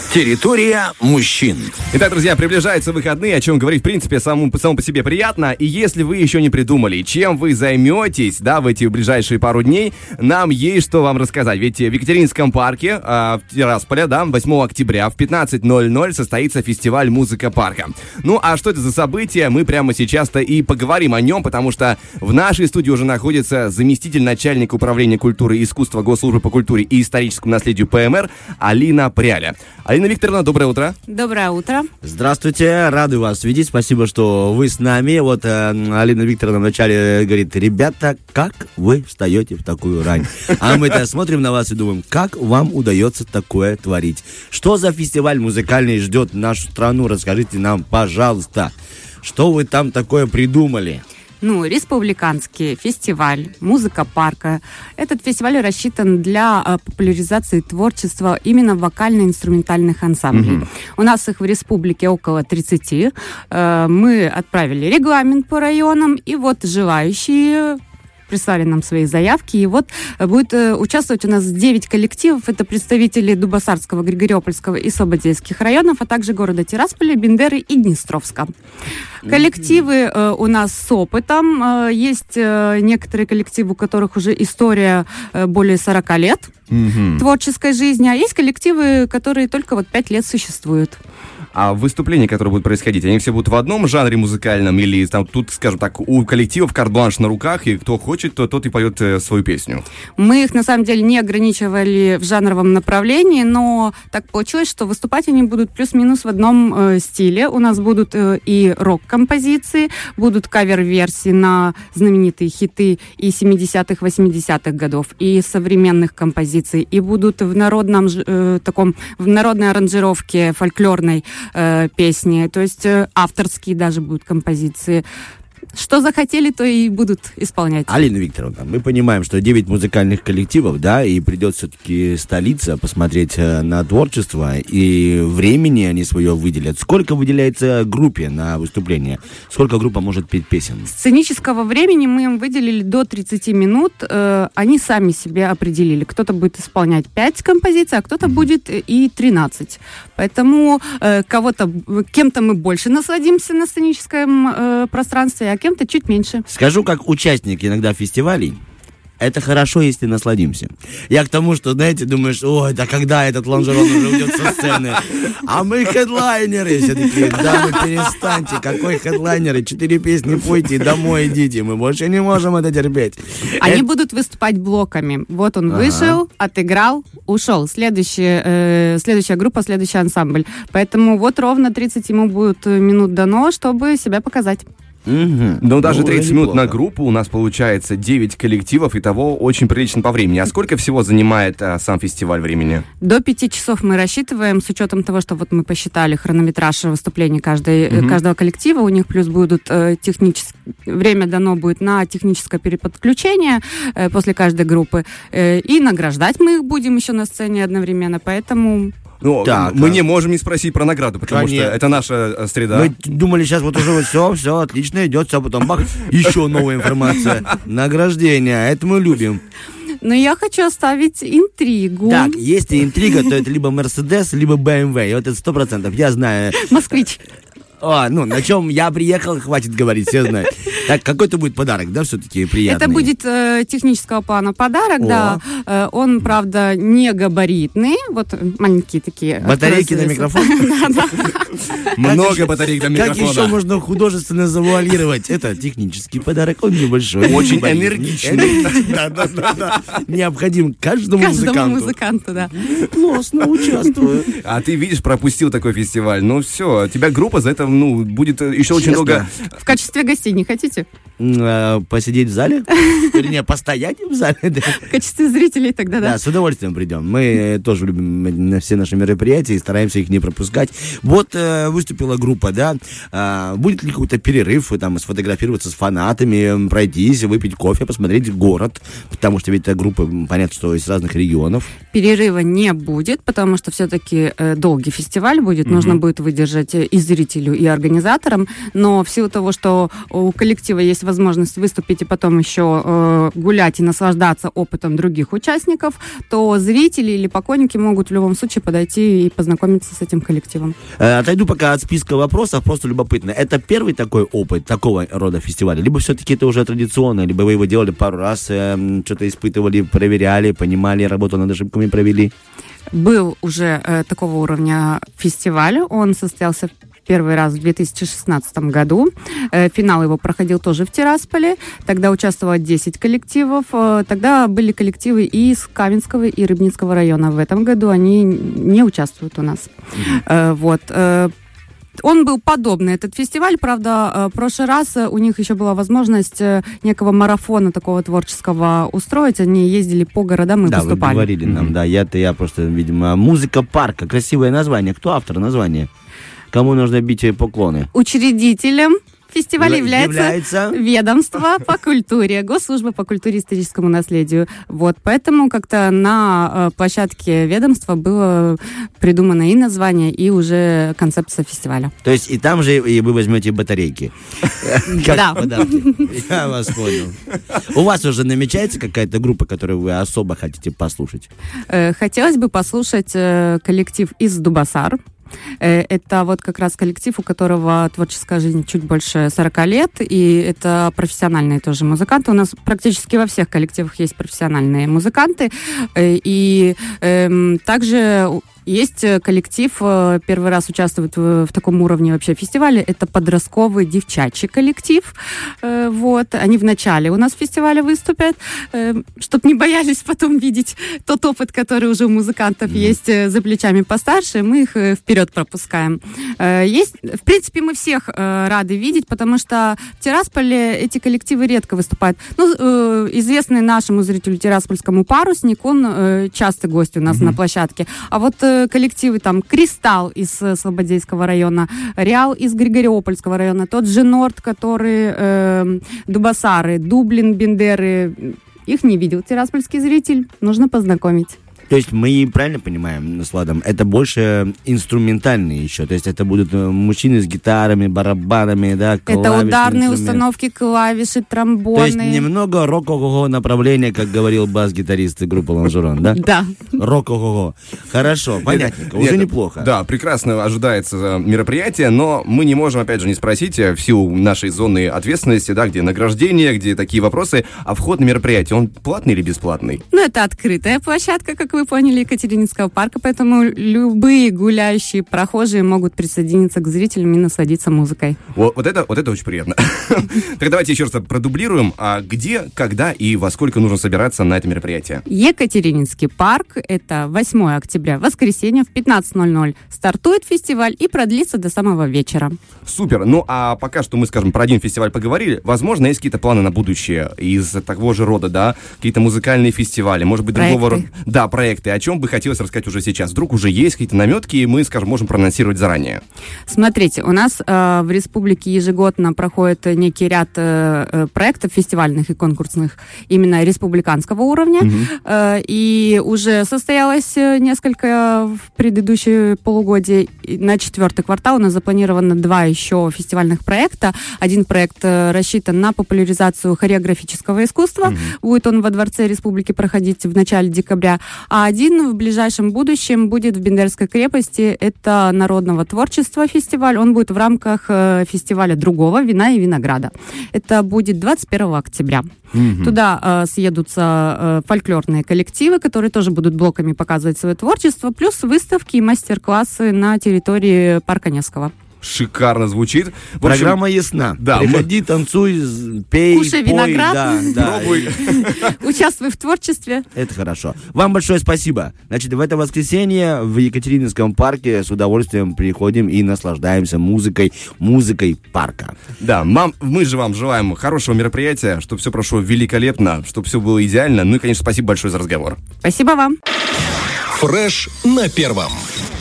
Территория мужчин. Итак, друзья, приближаются выходные, о чем говорить, в принципе, само по себе приятно. И если вы еще не придумали, чем вы займетесь, да, в эти ближайшие пару дней, нам есть что вам рассказать. Ведь в Екатерининском парке, в Тирасполе, да, 8 октября в 15:00 состоится фестиваль «Музыка парка». Ну, а что это за событие, мы прямо сейчас-то и поговорим о нем, потому что в нашей студии уже находится заместитель начальника управления культуры и искусства Госслужбы по культуре и историческому наследию ПМР Алина Пряля. Алина Викторовна, доброе утро. Доброе утро. Здравствуйте, рады вас видеть, спасибо, что вы с нами. Вот Алина Викторовна вначале говорит: ребята, как вы встаете в такую рань? А мы-то смотрим на вас и думаем, как вам удается такое творить? Что за фестиваль музыкальный ждет нашу страну? Расскажите нам, пожалуйста, что вы там такое придумали? Республиканский фестиваль «Музыка парка». Этот фестиваль рассчитан для популяризации творчества именно вокально-инструментальных ансамблей. У нас их в республике около 30. Мы отправили регламент по районам, и вот желающие прислали нам свои заявки, и вот будет участвовать у нас 9 коллективов. Это представители Дубосарского, Григориопольского и Слободейских районов, а также города Тирасполя, Бендеры и Днестровска. Коллективы у нас с опытом. Есть некоторые коллективы, у которых уже история более 40 лет творческой жизни, а есть коллективы, которые только 5 лет существуют. А выступления, которые будут происходить, они все будут в одном жанре музыкальном или там тут, скажем так, у коллективов карт-бланш на руках, и кто хочет, тот и поет свою песню? Мы их, на самом деле, не ограничивали в жанровом направлении, но так получилось, что выступать они будут плюс-минус в одном стиле. У нас будут и рок-композиции, будут кавер-версии на знаменитые хиты и 70-х, 80-х годов, и современных композиций, и будут в народном в народной аранжировке фольклорной песни, то есть авторские даже будут композиции. Что захотели, то и будут исполнять. Алина Викторовна, мы понимаем, что 9 музыкальных коллективов, да, и придет все-таки столица посмотреть на творчество, и времени они свое выделят. Сколько выделяется группе на выступление? Сколько группа может петь песен? Сценического времени мы им выделили до 30 минут. Они сами себе определили. Кто-то будет исполнять 5 композиций, а кто-то будет и 13. Поэтому кем-то мы больше насладимся на сценическом пространстве, а кем-то чуть меньше. Скажу, как участник иногда фестивалей, это хорошо, если насладимся. Я к тому, что, знаете, думаешь, ой, да когда этот лонжерон уже уйдет со сцены? А мы хедлайнеры. Все такие, да, вы перестаньте, какой хедлайнеры? 4 песни пойте и домой идите. Мы больше не можем это терпеть. Они будут выступать блоками. Вот он вышел, отыграл, ушел. Следующая группа, следующий ансамбль. Поэтому вот ровно 30 ему будет минут дано, чтобы себя показать. Но даже 30 минут на группу, у нас получается 9 коллективов, и того очень прилично по времени. А сколько всего занимает сам фестиваль времени? До 5 часов мы рассчитываем, с учетом того, что вот мы посчитали хронометраж выступлений каждого коллектива, у них плюс будут время дано будет на техническое переподключение после каждой группы, и награждать мы их будем еще на сцене одновременно, поэтому... Мы не можем не спросить про награду, потому что это наша среда. Мы думали, сейчас вот уже все отлично идет, все, потом бах, еще новая информация. Награждение, это мы любим. Но я хочу оставить интригу. Так, если интрига, то это либо Мерседес, либо BMW. И вот это 100%, я знаю. Москвич. На чем я приехал, хватит говорить, все знают. Так, какой-то будет подарок, да, все-таки приятный? Это будет технического плана подарок, да. Он, правда, не габаритный, вот маленькие такие. Батарейки на микрофон? Много батареек на микрофон. Как еще можно художественно завуалировать? Это технический подарок, он небольшой. Очень энергичный. Да. Необходим каждому музыканту, да. Классно, участвую. А ты, видишь, пропустил такой фестиваль. Ну все, тебя группа за это будет еще очень долго... В качестве гостей не хотите? Посидеть в зале? Вернее, постоять в зале? В качестве зрителей тогда, да? Да, с удовольствием придем. Мы тоже любим все наши мероприятия и стараемся их не пропускать. Вот выступила группа, да? Будет ли какой-то перерыв, там, сфотографироваться с фанатами, пройтись, выпить кофе, посмотреть город? Потому что ведь эта группа, понятно, что из разных регионов. Перерыва не будет, потому что все-таки долгий фестиваль будет. Нужно будет выдержать и зрителю, и организаторам, но в силу того, что у коллектива есть возможность выступить и потом еще гулять и наслаждаться опытом других участников, то зрители или поклонники могут в любом случае подойти и познакомиться с этим коллективом. Отойду пока от списка вопросов, просто любопытно. Это первый такой опыт такого рода фестиваля? Либо все-таки это уже традиционно, либо вы его делали пару раз, что-то испытывали, проверяли, понимали, работу над ошибками провели? Был уже такого уровня фестиваль. Он состоялся первый раз в 2016 году. Финал его проходил тоже в Тирасполе. Тогда участвовало 10 коллективов. Тогда были коллективы и из Каменского, и Рыбницкого района. В этом году они не участвуют у нас. Вот. Он был подобный, этот фестиваль, правда, в прошлый раз у них еще была возможность некого марафона такого творческого устроить, они ездили по городам и выступали. Да, вы говорили нам, да, я просто, видимо, «Музыка парка», красивое название, кто автор названия? Кому нужно бить поклоны? Учредителем фестиваля является ведомство по культуре, Госслужба по культуре и историческому наследию. Вот, поэтому как-то на площадке ведомства было придумано и название, и уже концепция фестиваля. То есть и там же и вы возьмете батарейки? Да. Я вас понял. У вас уже намечается какая-то группа, которую вы особо хотите послушать? Хотелось бы послушать коллектив из Дубасар. Это вот как раз коллектив, у которого творческая жизнь чуть больше 40 лет, и это профессиональные тоже музыканты. У нас практически во всех коллективах есть профессиональные музыканты, и также есть коллектив, первый раз участвует в таком уровне вообще фестиваля, это подростковый девчачий коллектив. Вот. Они в начале у нас фестиваля выступят, чтобы не боялись потом видеть тот опыт, который уже у музыкантов есть за плечами постарше, мы их вперед пропускаем. В принципе, мы всех рады видеть, потому что в Тирасполе эти коллективы редко выступают. Известный нашему зрителю тираспольскому парусник, он частый гость у нас на площадке. А вот коллективы там «Кристалл» из Слободейского района, «Реал» из Григориопольского района, тот же «Норд», который Дубасары, Дублин, Бендеры, их не видел тираспольский зритель, нужно познакомить. То есть мы правильно понимаем с Владом, это больше инструментальные еще, то есть это будут мужчины с гитарами, барабанами, да, клавиши. Это ударные установки, клавиши, тромбоны. То есть немного рок-ого-го направления, как говорил бас-гитарист группы «Лонжерон», да? Да. Рок-ого-го. Хорошо, понятненько, уже неплохо. Да, прекрасно ожидается мероприятие, но мы не можем, опять же, не спросить в силу нашей зоны ответственности, да, где награждение, где такие вопросы, а вход на мероприятие, он платный или бесплатный? Это открытая площадка, как вы поняли, Екатерининского парка, поэтому любые гуляющие прохожие могут присоединиться к зрителям и насладиться музыкой. Вот это очень приятно. Так давайте еще раз продублируем. А где, когда и во сколько нужно собираться на это мероприятие? Екатерининский парк, это 8 октября, воскресенье, в 15:00 стартует фестиваль и продлится до самого вечера. Супер. Ну, а пока что мы, скажем, про один фестиваль поговорили. Возможно, есть какие-то планы на будущее из такого же рода, да? Какие-то музыкальные фестивали, может быть, другого рода. Да, проекты. О чем бы хотелось рассказать уже сейчас? Вдруг уже есть какие-то наметки, и мы, скажем, можем проанонсировать заранее. Смотрите, у нас в республике ежегодно проходит некий ряд проектов фестивальных и конкурсных именно республиканского уровня. И уже состоялось несколько в предыдущие полугодия. На 4-й квартал у нас запланировано 2 еще фестивальных проекта. Один проект рассчитан на популяризацию хореографического искусства. Будет он во Дворце Республики проходить в начале декабря. А один в ближайшем будущем будет в Бендерской крепости. Это народного творчества фестиваль. Он будет в рамках фестиваля другого вина и винограда. Это будет 21 октября. Туда съедутся фольклорные коллективы, которые тоже будут блоками показывать свое творчество, плюс выставки и мастер-классы на территории парка Невского. Шикарно звучит. Программа ясна. Да, приходи, танцуй, пей, кушай пой, виноград, пробуй. Участвуй в творчестве. Это хорошо. Вам большое спасибо. Значит, в это воскресенье в Екатерининском парке с удовольствием приходим и наслаждаемся музыкой парка. Да, мы же вам желаем хорошего мероприятия, чтобы все прошло великолепно, чтобы все было идеально. Ну и, конечно, спасибо большое за разговор. Спасибо вам. Фреш на первом.